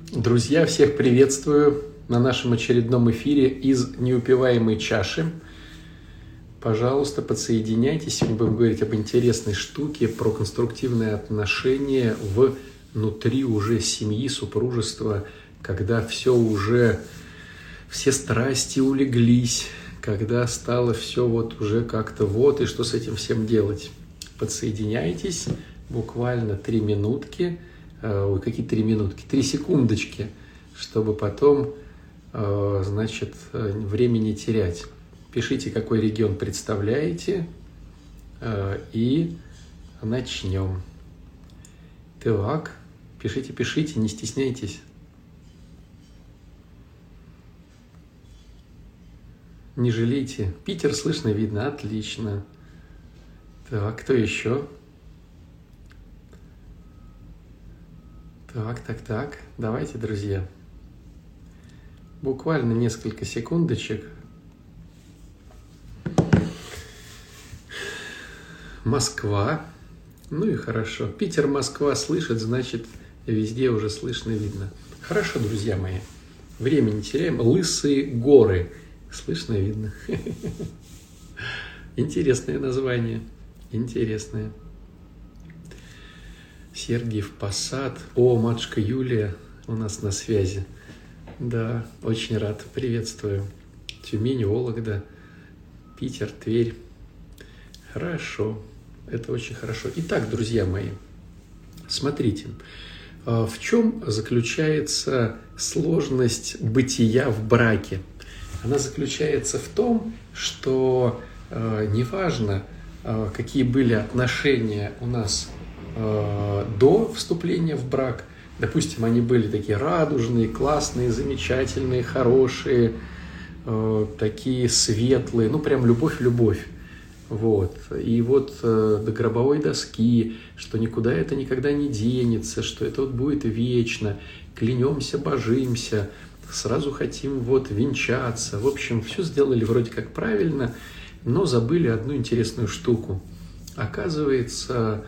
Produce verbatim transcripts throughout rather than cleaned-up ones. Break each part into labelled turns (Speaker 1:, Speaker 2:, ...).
Speaker 1: Друзья, всех приветствую на нашем очередном эфире из неупиваемой чаши. Пожалуйста, подсоединяйтесь. Сегодня будем говорить об интересной штуке, про конструктивные отношения внутри уже семьи, супружества, когда все уже, все страсти улеглись, когда стало все вот уже как-то вот, и что с этим всем делать. Подсоединяйтесь, буквально три минутки. Ой, какие три минутки? Три секундочки, чтобы потом, значит, времени терять. Пишите, какой регион представляете, и начнем. Так, пишите, пишите, не стесняйтесь. Не жалейте. Питер слышно, видно, отлично. Так, кто еще? Так, так, так. Давайте, друзья. Буквально несколько секундочек. Москва. Ну и хорошо. Питер, Москва слышит, значит, везде уже слышно, видно. Хорошо, друзья мои. Время не теряем. Лысые горы. Слышно, видно. Интересное название. Интересное. Сергиев Посад. О, матушка Юлия у нас на связи. Да, очень рад. Приветствую. Тюмень, Вологда, Питер, Тверь. Хорошо. Это очень хорошо. Итак, друзья мои, смотрите, в чем заключается сложность бытия в браке? Она заключается в том, что неважно, какие были отношения у нас до вступления в брак, допустим, они были такие радужные, классные, замечательные, хорошие, э, такие светлые, ну прям любовь-любовь, вот, и вот э, до гробовой доски, что никуда это никогда не денется, что это вот будет вечно, клянемся, божимся, сразу хотим вот венчаться, в общем, все сделали вроде как правильно, но забыли одну интересную штуку. Оказывается,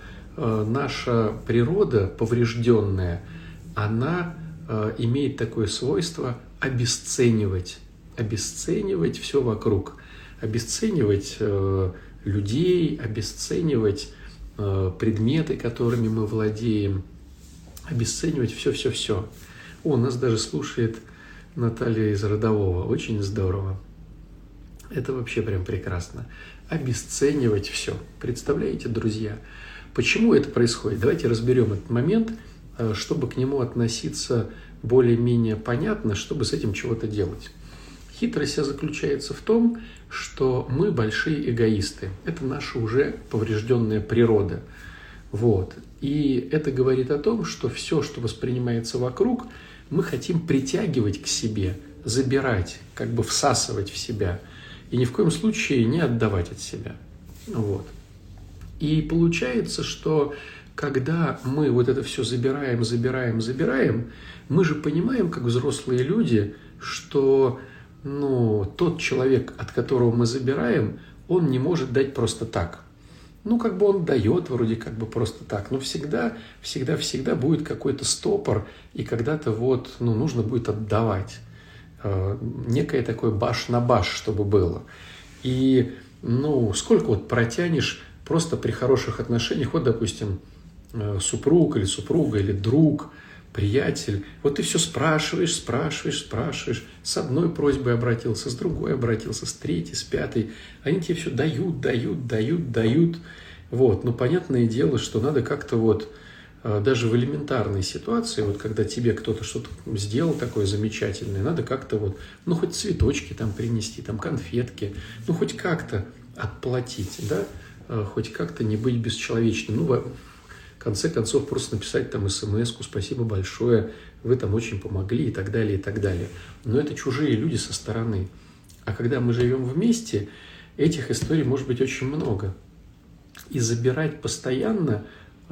Speaker 1: наша природа поврежденная, она э, имеет такое свойство обесценивать, обесценивать все вокруг, обесценивать э, людей, обесценивать э, предметы, которыми мы владеем, обесценивать все-все-все. О, нас даже слушает Наталья из Родового, очень здорово. Это вообще прям прекрасно. Обесценивать все. Представляете, друзья? Почему это происходит? Давайте разберем этот момент, чтобы к нему относиться более-менее понятно, чтобы с этим чего-то делать. Хитрость вся заключается в том, что мы большие эгоисты. Это наша уже поврежденная природа. Вот. И это говорит о том, что все, что воспринимается вокруг, мы хотим притягивать к себе, забирать, как бы всасывать в себя. И ни в коем случае не отдавать от себя. Вот. И получается, что когда мы вот это все забираем, забираем, забираем, мы же понимаем, как взрослые люди, что ну, тот человек, от которого мы забираем, он не может дать просто так. Ну, как бы он дает вроде как бы просто так, но всегда, всегда, всегда будет какой-то стопор, и когда-то вот, ну, нужно будет отдавать. Э, некое такое баш на баш, чтобы было. И, ну, сколько вот протянешь просто при хороших отношениях, вот, допустим, супруг или супруга, или друг, приятель, вот ты все спрашиваешь, спрашиваешь, спрашиваешь, с одной просьбой обратился, с другой обратился, с третьей, с пятой, они тебе все дают, дают, дают, дают, вот, но понятное дело, что надо как-то вот, даже в элементарной ситуации, вот когда тебе кто-то что-то сделал такое замечательное, надо как-то вот, ну, хоть цветочки там принести, там конфетки, ну, хоть как-то отплатить, да, хоть как-то не быть бесчеловечным. Ну, в конце концов, просто написать там смс-ку, спасибо большое, вы там очень помогли и так далее, и так далее. Но это чужие люди со стороны. А когда мы живем вместе, этих историй может быть очень много. И забирать постоянно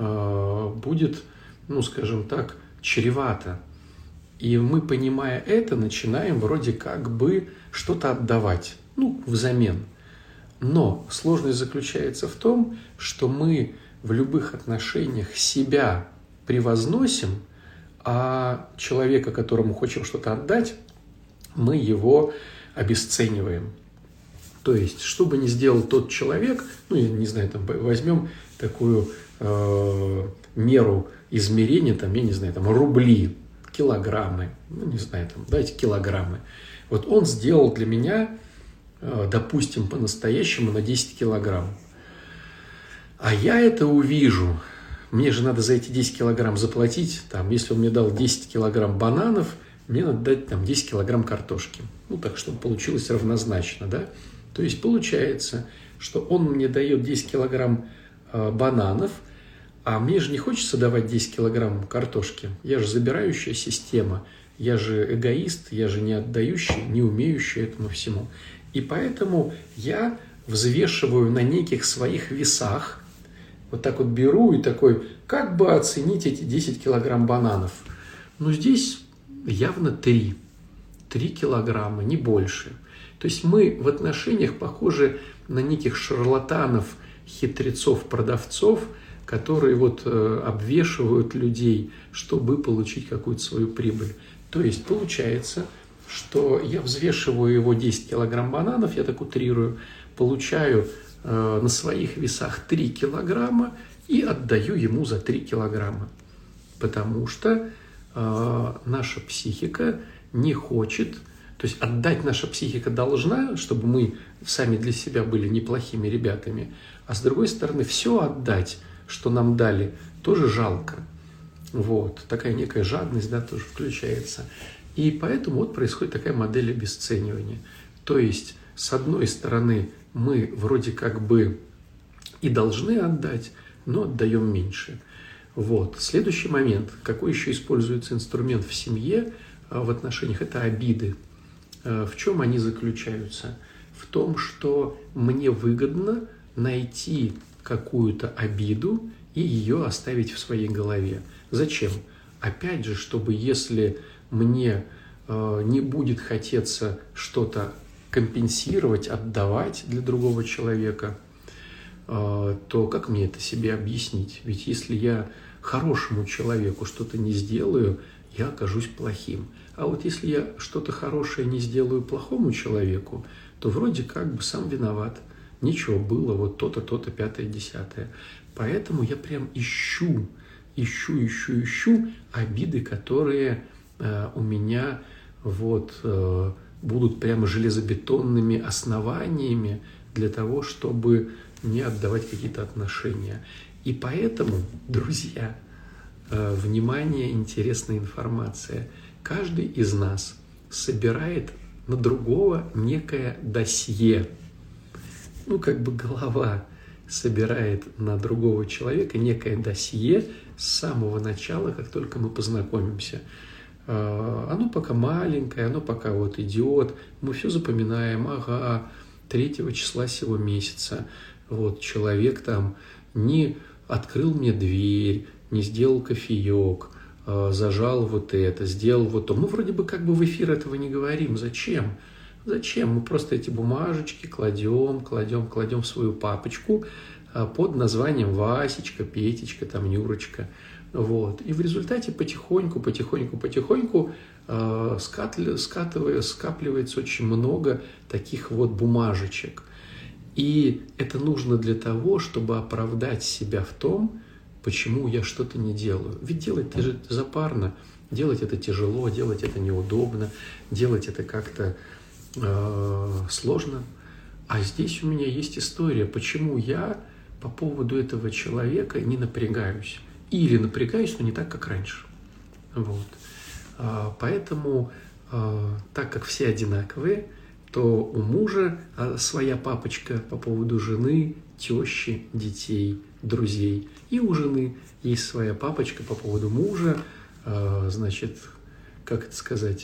Speaker 1: э, будет, ну, скажем так, чревато. И мы, понимая это, начинаем вроде как бы что-то отдавать, ну, взамен. Но сложность заключается в том, что мы в любых отношениях себя превозносим, а человека, которому хочем что-то отдать, мы его обесцениваем. То есть, что бы ни сделал тот человек, ну, я не знаю, там, возьмем такую э, меру измерения, там, я не знаю, там, рубли, килограммы, ну, не знаю, там, давайте килограммы. Вот он сделал для меня, э, допустим, по-настоящему на десять килограмм. А я это увижу, мне же надо за эти десять килограмм заплатить, там, если он мне дал десять килограмм бананов, мне надо дать там десять килограмм картошки. Ну, так, чтобы получилось равнозначно, да? То есть получается, что он мне дает десять килограмм э, бананов, а мне же не хочется давать десять килограмм картошки. Я же забирающая система, я же эгоист, я же не отдающий, не умеющий этому всему. И поэтому я взвешиваю на неких своих весах, вот так вот беру и такой, как бы оценить эти десять килограмм бананов? Ну, здесь явно три. три килограмма, не больше. То есть мы в отношениях похожи на неких шарлатанов, хитрецов, продавцов, которые вот э, обвешивают людей, чтобы получить какую-то свою прибыль. То есть получается, что я взвешиваю его десять килограмм бананов, я так утрирую, получаю э, на своих весах три килограмма и отдаю ему за три килограмма. Потому что э, наша психика не хочет, то есть отдать наша психика должна, чтобы мы сами для себя были неплохими ребятами, а с другой стороны все отдать, что нам дали, тоже жалко. Вот, такая некая жадность, да, тоже включается. И поэтому вот происходит такая модель обесценивания. То есть, с одной стороны, мы вроде как бы и должны отдать, но отдаем меньше. Вот. Следующий момент. Какой еще используется инструмент в семье, в отношениях? Это обиды. В чем они заключаются? В том, что мне выгодно найти какую-то обиду и ее оставить в своей голове. Зачем? Опять же, чтобы если мне э, не будет хотеться что-то компенсировать, отдавать для другого человека, э, то как мне это себе объяснить? Ведь если я хорошему человеку что-то не сделаю, я окажусь плохим. А вот если я что-то хорошее не сделаю плохому человеку, то вроде как бы сам виноват. Ничего было, вот то-то, то-то, пятое, десятое. Поэтому я прям ищу, ищу, ищу, ищу обиды, которые э, у меня вот, э, будут прямо железобетонными основаниями для того, чтобы не отдавать какие-то отношения. И поэтому, друзья, э, внимание, интересная информация. Каждый из нас собирает на другого некое досье. Ну, как бы голова собирает на другого человека некое досье с самого начала, как только мы познакомимся. Оно пока маленькое, оно пока вот идет, мы все запоминаем, ага, третьего числа сего месяца, вот человек там не открыл мне дверь, не сделал кофеек, зажал вот это, сделал вот то. Мы вроде бы как бы в эфир этого не говорим. Зачем? Зачем? Мы просто эти бумажечки кладем, кладем, кладем в свою папочку под названием Васечка, Петечка, там, Нюрочка. Вот. И в результате потихоньку, потихоньку, потихоньку э, скатывая, скапливается очень много таких вот бумажечек. И это нужно для того, чтобы оправдать себя в том, почему я что-то не делаю. Ведь делать это же запарно, делать это тяжело, делать это неудобно, делать это как-то э, сложно. А здесь у меня есть история, почему я по поводу этого человека не напрягаюсь. Или напрягаюсь, но не так, как раньше. Вот. А, поэтому, а, так как все одинаковые, то у мужа своя папочка по поводу жены, тещи, детей, друзей. И у жены есть своя папочка по поводу мужа, а, значит, как это сказать,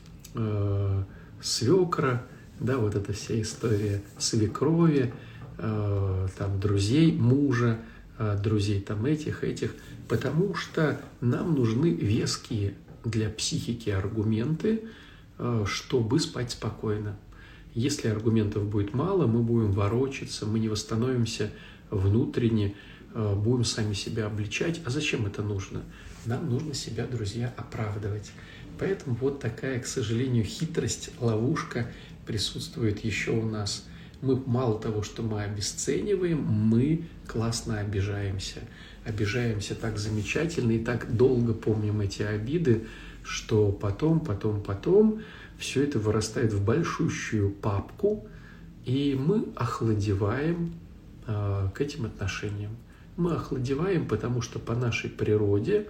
Speaker 1: а, свекра, да, вот эта вся история свекрови, а, там, друзей мужа, а, друзей там этих, этих, потому что нам нужны веские для психики аргументы, а, чтобы спать спокойно. Если аргументов будет мало, мы будем ворочаться, мы не восстановимся внутренне, будем сами себя обличать. А зачем это нужно? нам нужно себя, друзья, оправдывать. Поэтому вот такая, к сожалению, хитрость, ловушка присутствует еще у нас. Мы мало того, что мы обесцениваем, мы классно обижаемся. Обижаемся так замечательно и так долго помним эти обиды, что потом, потом, потом все это вырастает в большущую папку, и мы охладеваем э, к этим отношениям. Мы охладеваем, потому что по нашей природе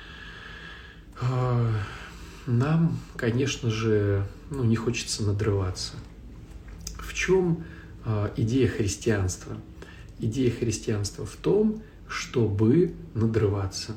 Speaker 1: э, нам, конечно же, ну, не хочется надрываться. В чем э, идея христианства? Идея христианства в том, чтобы надрываться.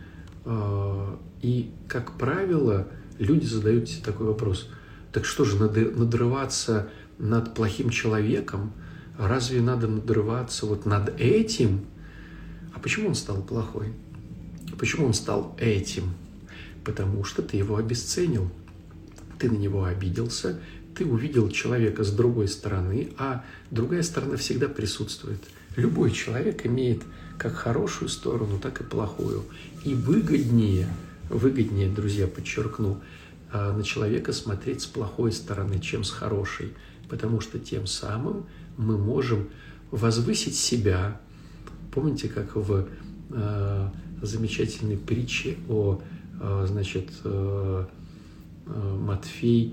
Speaker 1: Э, и, как правило, люди задают себе такой вопрос: так что же, надо надрываться над плохим человеком? Разве надо надрываться вот над этим? А почему он стал плохой? Почему он стал этим? Потому что ты его обесценил, ты на него обиделся, ты увидел человека с другой стороны, а другая сторона всегда присутствует. Любой человек имеет как хорошую сторону, так и плохую. И выгоднее, выгоднее, друзья, подчеркну, на человека смотреть с плохой стороны, чем с хорошей, потому что тем самым мы можем возвысить себя. Помните, как в э, замечательной притче о, э, значит, э, э, Матфей,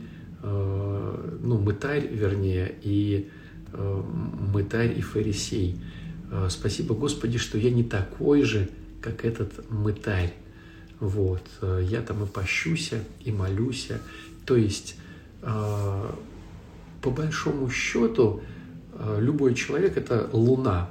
Speaker 1: э, ну, мытарь, вернее, и э, мытарь и фарисей. Э, спасибо, Господи, что я не такой же, как этот мытарь. Вот, я там и пощуся, и молюся. То есть, э, по большому счету, э, любой человек – это луна.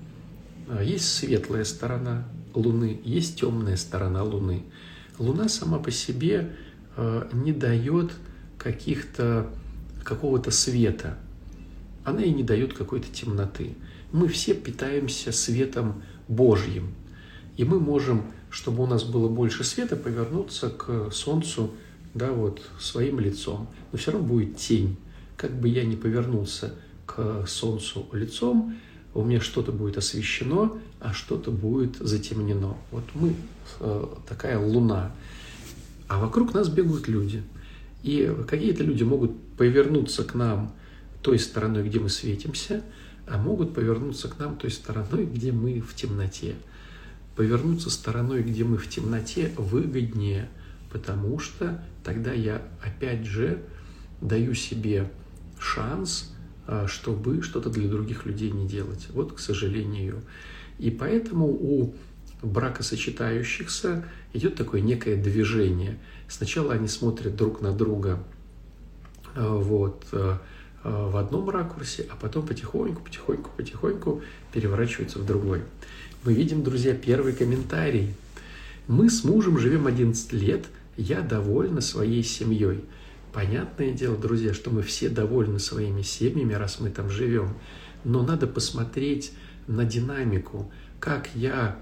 Speaker 1: Есть светлая сторона Луны, есть темная сторона Луны. Луна сама по себе э, не дает каких-то, какого-то света. Она и не дает какой-то темноты. Мы все питаемся светом Божьим. И мы можем, чтобы у нас было больше света, повернуться к Солнцу, да, вот, своим лицом. Но все равно будет тень. Как бы я ни повернулся к Солнцу лицом, у меня что-то будет освещено, а что-то будет затемнено. Вот мы э, такая луна. А вокруг нас бегают люди. И какие-то люди могут повернуться к нам той стороной, где мы светимся, а могут повернуться к нам той стороной, где мы в темноте. Повернуться стороной, где мы в темноте, выгоднее, потому что тогда я опять же даю себе шанс, чтобы что-то для других людей не делать. Вот, к сожалению. И поэтому у бракосочетающихся идет такое некое движение. Сначала они смотрят друг на друга вот, в одном ракурсе, а потом потихоньку, потихоньку, потихоньку переворачиваются в другой. Мы видим, друзья, первый комментарий. Мы с мужем живем одиннадцать лет, я довольна своей семьей. Понятное дело, друзья, что мы все довольны своими семьями, раз мы там живем. Но надо посмотреть на динамику, как я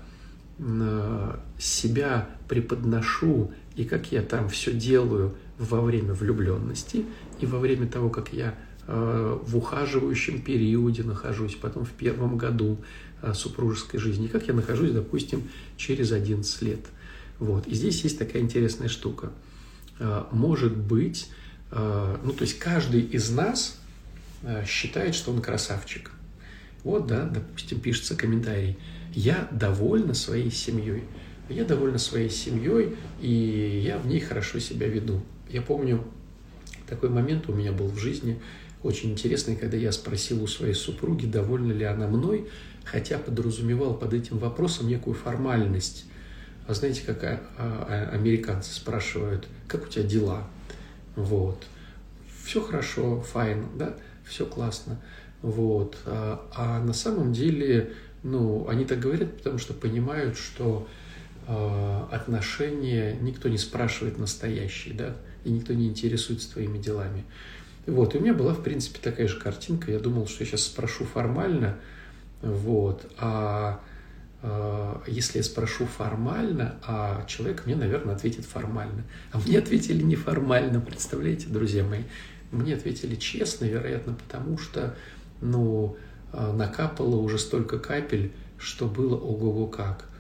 Speaker 1: себя преподношу и как я там все делаю во время влюбленности и во время того, как я в ухаживающем периоде нахожусь, потом в первом году супружеской жизни, как я нахожусь, допустим, через одиннадцать лет. Вот. И здесь есть такая интересная штука. Может быть, ну, то есть каждый из нас считает, что он красавчик. Вот, да, допустим, пишется комментарий: «Я довольна своей семьей». Я довольна своей семьей, и я в ней хорошо себя веду. Я помню, такой момент у меня был в жизни, очень интересный, когда я спросил у своей супруги, довольна ли она мной, хотя подразумевал под этим вопросом некую формальность. А знаете, как американцы спрашивают: как у тебя дела? Вот. Все хорошо, файн, да, все классно. Вот. А, а на самом деле, ну, они так говорят, потому что понимают, что э, отношения никто не спрашивает настоящие, да, и никто не интересуется твоими делами. Вот. И у меня была, в принципе, такая же картинка. Я думал, что я сейчас спрошу формально, вот, а если я спрошу формально, а человек мне, наверное, ответит формально. А мне ответили неформально, представляете, друзья мои? Мне ответили честно, вероятно, потому что, ну, накапало уже столько капель, что было ого-го как.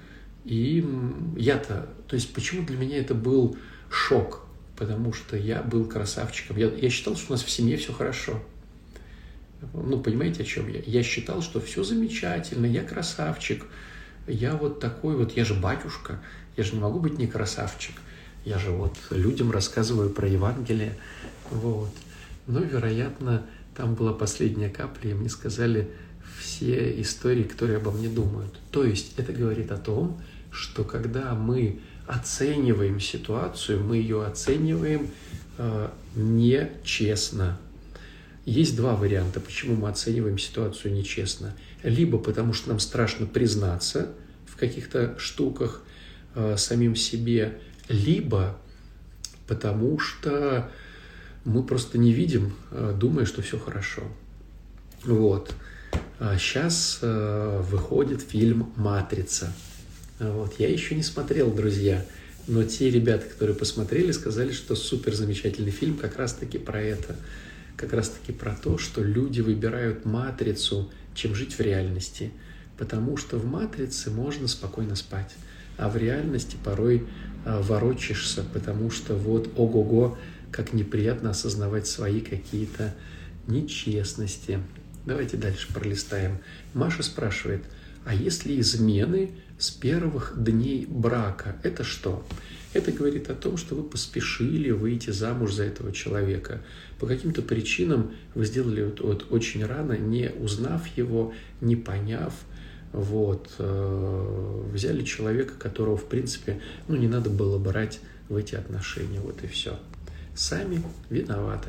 Speaker 1: И я-то, то есть почему для меня это был шок? Потому что я был красавчиком. Я, я считал, что у нас в семье все хорошо. Ну, понимаете, о чем я? Я считал, что все замечательно, я красавчик. Я вот такой вот, я же батюшка, я же не могу быть не красавчик. Я же вот людям рассказываю про Евангелие. Вот. Но, вероятно, там была последняя капля, и мне сказали все истории, которые обо мне думают. То есть это говорит о том, что когда мы оцениваем ситуацию, мы ее оцениваем э, нечестно. Есть два варианта, почему мы оцениваем ситуацию нечестно. Либо потому, что нам страшно признаться в каких-то штуках э, самим себе, либо потому, что мы просто не видим, э, думая, что все хорошо. Вот. А сейчас э, выходит фильм «Матрица». Вот. Я еще не смотрел, друзья, но те ребята, которые посмотрели, сказали, что супер замечательный фильм как раз-таки про это. Как раз-таки про то, что люди выбирают матрицу, чем жить в реальности. Потому что в матрице можно спокойно спать, а в реальности порой а, ворочишься, потому что вот ого-го, как неприятно осознавать свои какие-то нечестности. Давайте дальше пролистаем. Маша спрашивает, а если измены с первых дней брака, это что? Это говорит о том, что вы поспешили выйти замуж за этого человека. По каким-то причинам вы сделали вот, вот очень рано, не узнав его, не поняв. Вот, э, взяли человека, которого, в принципе, ну, не надо было брать в эти отношения. Вот и все. Сами виноваты.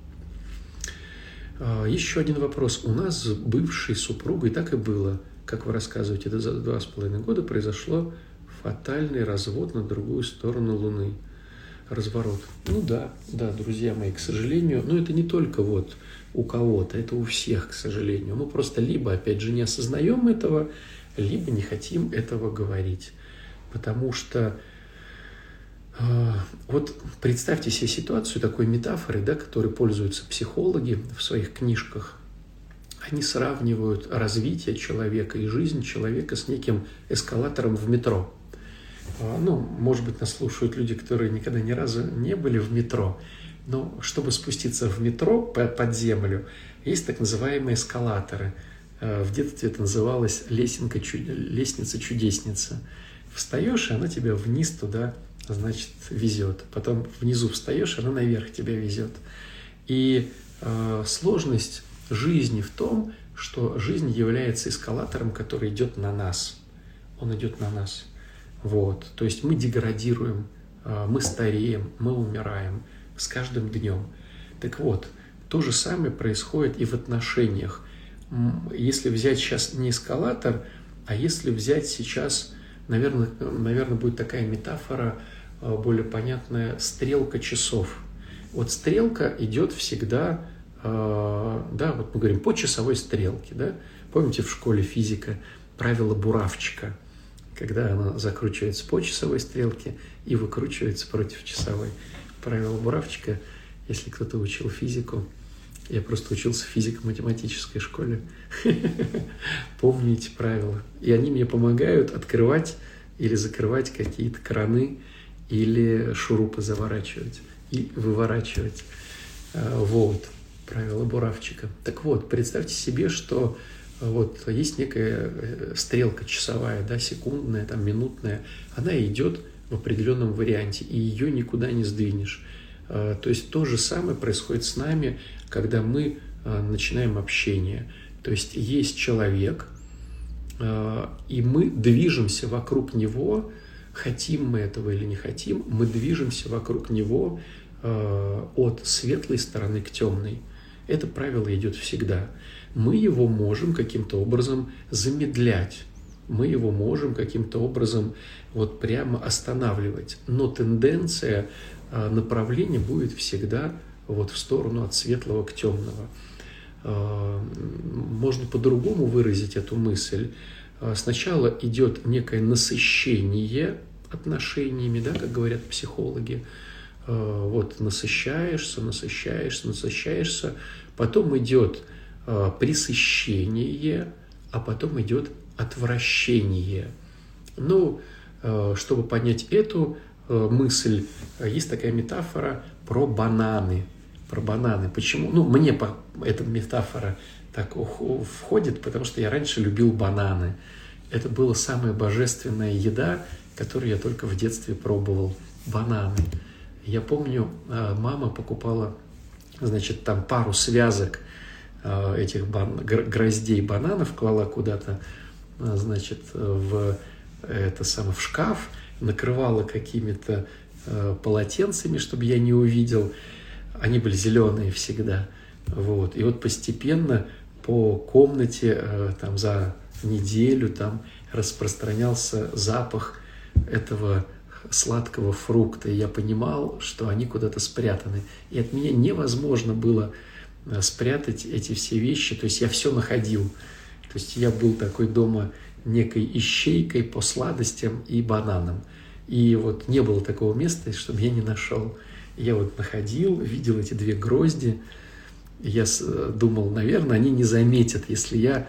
Speaker 1: Э, еще один вопрос. У нас с бывшей супругой так и было. Как вы рассказываете, это за два с половиной года произошло фатальный развод на другую сторону Луны. Разворот. Ну да, да, друзья мои, к сожалению, но это не только вот у кого-то, это у всех, к сожалению. Мы просто либо, опять же, не осознаем этого, либо не хотим этого говорить. Потому что э, вот представьте себе ситуацию такой метафоры, да, которой пользуются психологи в своих книжках. Они сравнивают развитие человека и жизнь человека с неким эскалатором в метро. Ну, может быть, нас слушают люди, которые никогда ни разу не были в метро, но чтобы спуститься в метро под землю, есть так называемые эскалаторы. В детстве это называлось лесенка, лестница-чудесница. Встаешь, и она тебя вниз туда, значит, везет. Потом внизу встаешь, и она наверх тебя везет. И э, сложность жизни в том, что жизнь является эскалатором, который идет на нас. Он идет на нас. Вот. То есть мы деградируем, мы стареем, мы умираем с каждым днем. Так вот, то же самое происходит и в отношениях. Если взять сейчас не эскалатор, а если взять сейчас, наверное, наверное, будет такая метафора более понятная, стрелка часов. Вот стрелка идет всегда, да, вот мы говорим по часовой стрелке, да? Помните в школе физика правило буравчика? Когда она закручивается по часовой стрелке и выкручивается против часовой. Правило буравчика, если кто-то учил физику, я просто учился в физико-математической школе, помню эти правила. И они мне помогают открывать или закрывать какие-то краны или шурупы заворачивать и выворачивать. Вот, правило буравчика. Так вот, представьте себе, что вот есть некая стрелка часовая, да, секундная, там, минутная, она идет в определенном варианте, и ее никуда не сдвинешь. То есть то же самое происходит с нами, когда мы начинаем общение. То есть есть человек, и мы движемся вокруг него, хотим мы этого или не хотим, мы движемся вокруг него от светлой стороны к темной. Это правило идет всегда. Мы его можем каким-то образом замедлять, мы его можем каким-то образом вот прямо останавливать, но тенденция направления будет всегда вот в сторону от светлого к темного. Можно по-другому выразить эту мысль. Сначала идет некое насыщение отношениями, да, как говорят психологи. Вот насыщаешься, насыщаешься, насыщаешься, потом идет пресыщение, а потом идет отвращение. Ну, Чтобы понять эту мысль, есть такая метафора про бананы. Про бананы. Почему? Ну, мне эта метафора так входит, потому что я раньше любил бананы. Это была самая божественная еда, которую я только в детстве пробовал. Бананы. Я помню, мама покупала, значит, там пару связок этих бан... гроздей бананов, клала куда-то, значит, в, это самое, в шкаф, накрывала какими-то полотенцами, чтобы я не увидел. Они были зеленые всегда. Вот. И вот постепенно по комнате там, за неделю там, распространялся запах этого сладкого фрукта. И я понимал, что они куда-то спрятаны. И от меня невозможно было спрятать эти все вещи. То есть я все находил. То есть я был такой дома некой ищейкой по сладостям и бананам. И вот не было такого места, чтобы я не нашел. Я вот находил, видел эти две грозди. Я думал, наверное, они не заметят, если я,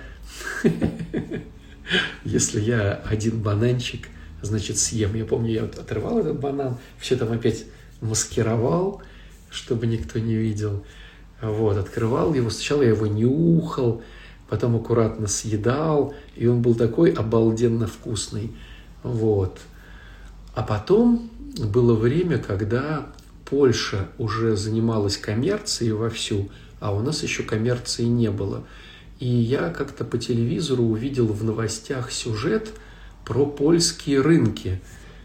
Speaker 1: если я один бананчик, значит, съем. Я помню, я вот отрывал этот банан, все там опять маскировал, чтобы никто не видел. Вот, открывал его, сначала я его нюхал, потом аккуратно съедал, и он был такой обалденно вкусный. Вот. А потом было время, когда Польша уже занималась коммерцией вовсю, а у нас еще коммерции не было. И я как-то по телевизору увидел в новостях сюжет про польские рынки.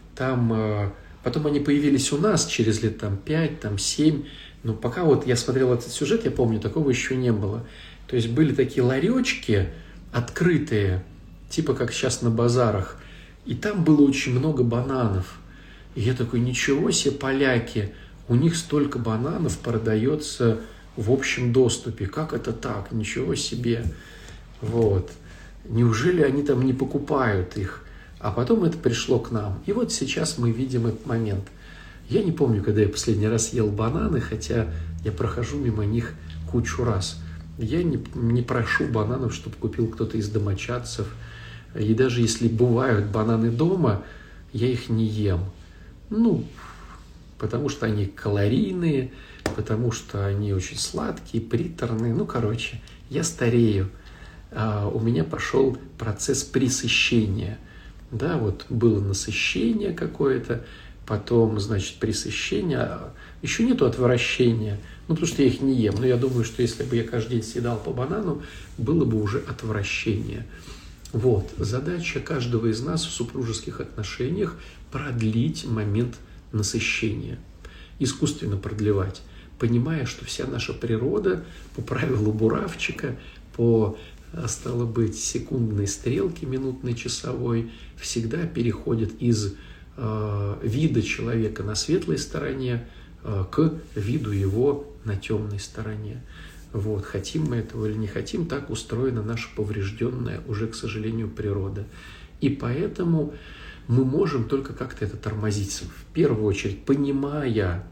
Speaker 1: Там, потом они появились у нас через лет там, пять, там, семь. Но пока вот я смотрел этот сюжет, я помню, такого еще не было. То есть были такие ларечки открытые, типа как сейчас на базарах. И там было очень много бананов. И я такой, ничего себе, поляки, у них столько бананов продается в общем доступе. Как это так? Ничего себе. Вот. Неужели они там не покупают их? А потом это пришло к нам. И вот сейчас мы видим этот момент. Я не помню, когда я последний раз ел бананы, хотя я прохожу мимо них кучу раз. Я не, не прошу бананов, чтобы купил кто-то из домочадцев. И даже если бывают бананы дома, я их не ем. Ну, потому что они калорийные, потому что они очень сладкие, приторные. Ну, короче, я старею. А у меня пошел процесс пресыщения. Да, вот было насыщение какое-то, потом, значит, пресыщение. Еще нету отвращения, ну, потому что я их не ем. Но я думаю, что если бы я каждый день съедал по банану, было бы уже отвращение. Вот, задача каждого из нас в супружеских отношениях продлить момент насыщения, искусственно продлевать, понимая, что вся наша природа по правилу буравчика, по, стало быть, секундной стрелке минутной часовой, всегда переходит из э, вида человека на светлой стороне э, к виду его на темной стороне. Вот, хотим мы этого или не хотим, так устроена наша поврежденная уже, к сожалению, природа. И поэтому мы можем только как-то это тормозить. В первую очередь, понимая,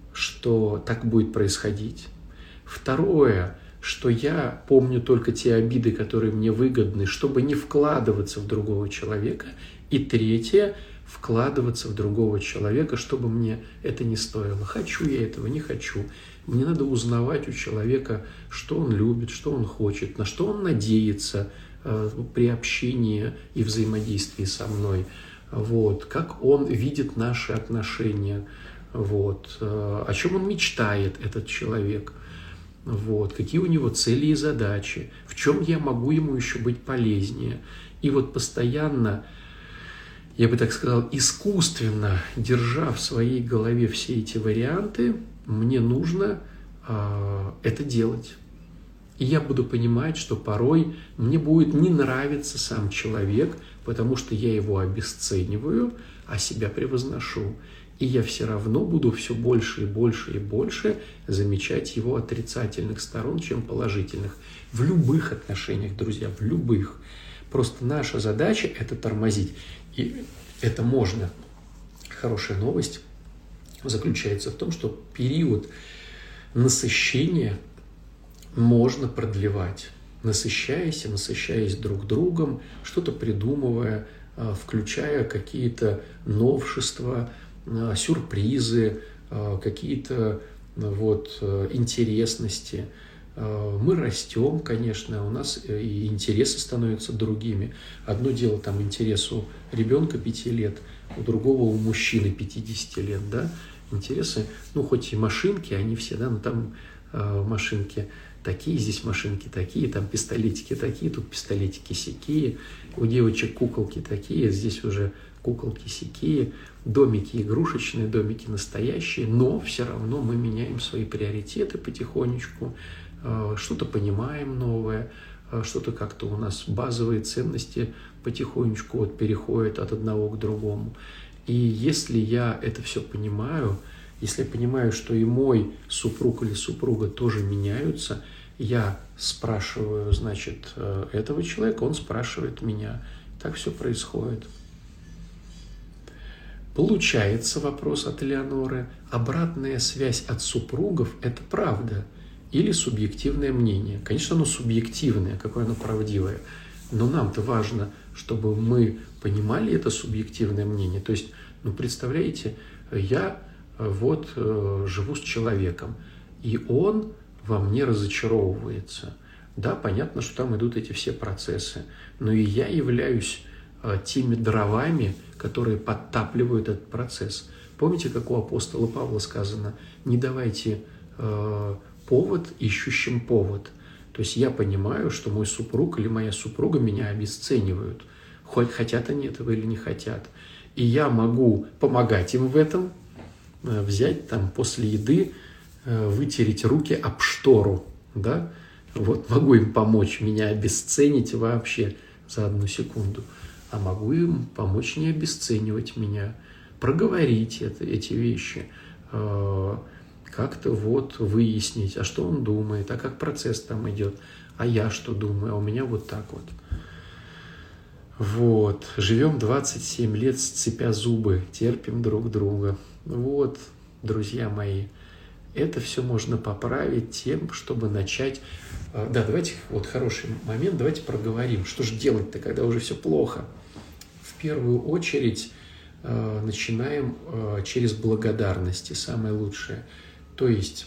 Speaker 1: что так будет происходить. Второе, что я помню только те обиды, которые мне выгодны, чтобы не вкладываться в другого человека. И третье, вкладываться в другого человека, чтобы мне это не стоило. Хочу я этого, не хочу. Мне надо узнавать у человека, что он любит, что он хочет, на что он надеется э, при общении и взаимодействии со мной. Вот, как он видит наши отношения, вот, э, о чем он мечтает, этот человек, вот, какие у него цели и задачи, в чем я могу ему еще быть полезнее. И вот постоянно, я бы так сказал, искусственно держа в своей голове все эти варианты, мне нужно э, это делать. И я буду понимать, что порой мне будет не нравиться сам человек, потому что я его обесцениваю, а себя превозношу. И я все равно буду все больше и больше и больше замечать его отрицательных сторон, чем положительных. В любых отношениях, друзья, в любых. Просто наша задача – это тормозить. И это можно. Хорошая новость заключается в том, что период насыщения можно продлевать, насыщаясь и насыщаясь друг другом, что-то придумывая, включая какие-то новшества, сюрпризы, какие-то вот интересности. Мы растем, конечно, у нас и интересы становятся другими. Одно дело там интерес у ребенка пяти лет, у другого у мужчины пятидесяти лет, да, интересы, ну, хоть и машинки, они все, да, но там э, машинки такие, здесь машинки такие, там пистолетики такие, тут пистолетики сякие, у девочек куколки такие, здесь уже куколки сякие, домики игрушечные, домики настоящие, но все равно мы меняем свои приоритеты потихонечку, э, что-то понимаем новое, э, что-то как-то у нас базовые ценности потихонечку вот переходят от одного к другому. И если я это все понимаю, если я понимаю, что и мой супруг или супруга тоже меняются, я спрашиваю, значит, этого человека, он спрашивает меня. Так все происходит. Получается, вопрос от Элеоноры, обратная связь от супругов – это правда или субъективное мнение? Конечно, оно субъективное, какое оно правдивое. Но нам-то важно, чтобы мы понимали это субъективное мнение. То есть, ну, представляете, я вот э, живу с человеком, и он во мне разочаровывается. Да, понятно, что там идут эти все процессы, но и я являюсь э, теми дровами, которые подтапливают этот процесс. Помните, как у апостола Павла сказано, не давайте э, повод ищущим повод. То есть я понимаю, что мой супруг или моя супруга меня обесценивают. Хоть хотят они этого или не хотят. И я могу помогать им в этом, взять там после еды, вытереть руки об штору. Да? Вот, могу им помочь меня обесценить вообще за одну секунду. А могу им помочь не обесценивать меня, проговорить это, эти вещи, как-то вот выяснить, а что он думает, а как процесс там идет, а я что думаю, а у меня вот так вот. Вот, живем двадцать семь лет, сцепя зубы, терпим друг друга. Вот, друзья мои, это все можно поправить тем, чтобы начать... Да, давайте, вот хороший момент, давайте проговорим, что же делать-то, когда уже все плохо. В первую очередь начинаем через благодарности, самое лучшее. То есть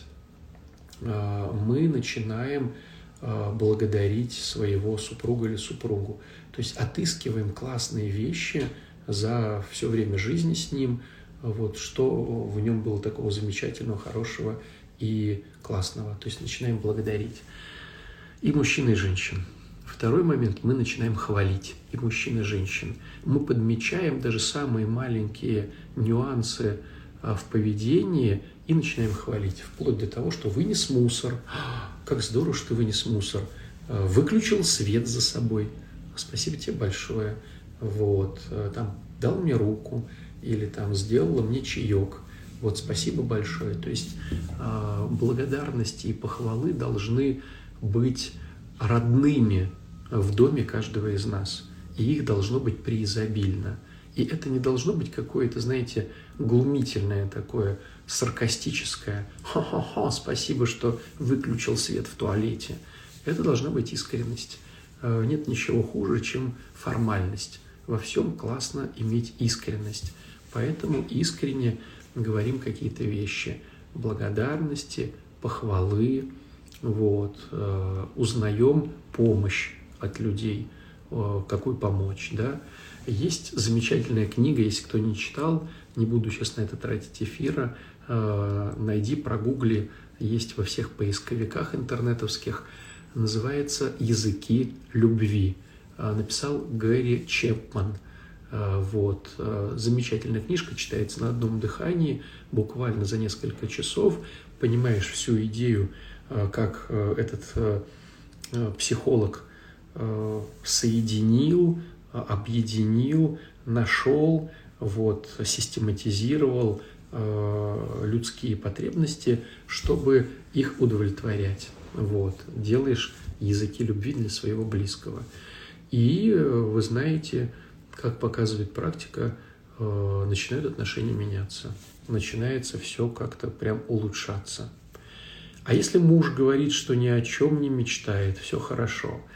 Speaker 1: мы начинаем благодарить своего супруга или супругу. То есть отыскиваем классные вещи за все время жизни с ним, вот, что в нем было такого замечательного, хорошего и классного. То есть начинаем благодарить. И мужчин, и женщин. Второй момент, мы начинаем хвалить и мужчин, и женщин. Мы подмечаем даже самые маленькие нюансы в поведении и начинаем хвалить, вплоть до того, что вынес мусор. Как здорово, что вынес мусор. Выключил свет за собой. Спасибо тебе большое. Вот. Там дал мне руку или там сделала мне чаек. Вот, спасибо большое. То есть благодарности и похвалы должны быть родными в доме каждого из нас. И их должно быть преизобильно. И это не должно быть какое-то, знаете, глумительное такое, саркастическое. Ха-ха-ха, спасибо, что выключил свет в туалете. Это должна быть искренность. Нет ничего хуже, чем формальность. Во всем классно иметь искренность. Поэтому искренне говорим какие-то вещи. Благодарности, похвалы, вот, узнаем помощь от людей, какую помочь, да. Есть замечательная книга, если кто не читал, не буду сейчас на это тратить эфира, найди, прогугли, есть во всех поисковиках интернетовских, называется «Языки любви». Написал Гэри Чепман. Вот. Замечательная книжка, читается на одном дыхании, буквально за несколько часов, понимаешь всю идею, как этот психолог соединил, объединил, нашел, вот, систематизировал э, людские потребности, чтобы их удовлетворять. Вот. Делаешь языки любви для своего близкого. И вы знаете, как показывает практика, э, начинают отношения меняться. Начинается все как-то прям улучшаться. А если муж говорит, что ни о чем не мечтает, все хорошо,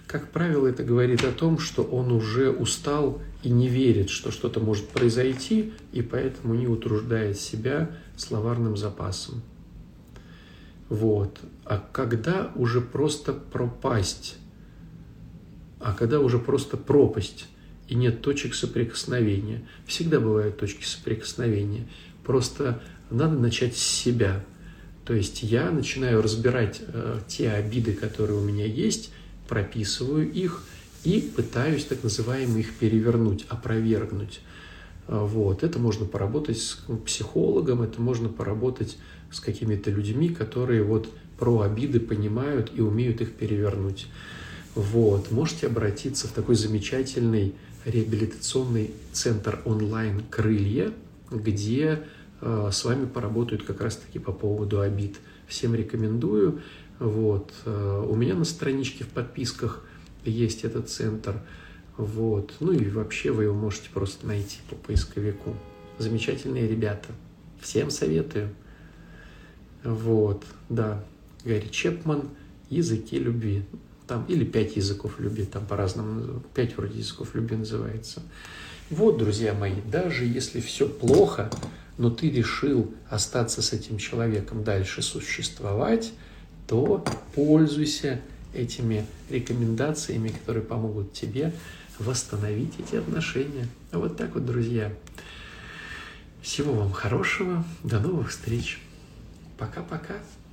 Speaker 1: Как правило, это говорит о том, что он уже устал и не верит, что что-то может произойти, и поэтому не утруждает себя словарным запасом. Вот. А когда уже просто пропасть, а когда уже просто пропасть, и нет точек соприкосновения. Всегда бывают точки соприкосновения. Просто надо начать с себя. То есть я начинаю разбирать э, те обиды, которые у меня есть, прописываю их и пытаюсь так называемо их перевернуть, опровергнуть. Вот. Это можно поработать с психологом, это можно поработать с какими-то людьми, которые вот про обиды понимают и умеют их перевернуть. Вот. Можете обратиться в такой замечательный реабилитационный центр онлайн «Крылья», где э, с вами поработают как раз-таки по поводу обид. Всем рекомендую. Вот. Э, у меня на страничке в подписках есть этот центр. Вот. Ну и вообще вы его можете просто найти по поисковику. Замечательные ребята. Всем советую. Вот. Да. Гарри Чепман «Языки любви». Там, или пять языков любви, там по-разному, пять вроде языков любви называется. Вот, друзья мои, даже если все плохо, но ты решил остаться с этим человеком дальше существовать, то пользуйся этими рекомендациями, которые помогут тебе восстановить эти отношения. Вот так вот, друзья. Всего вам хорошего, до новых встреч. Пока-пока.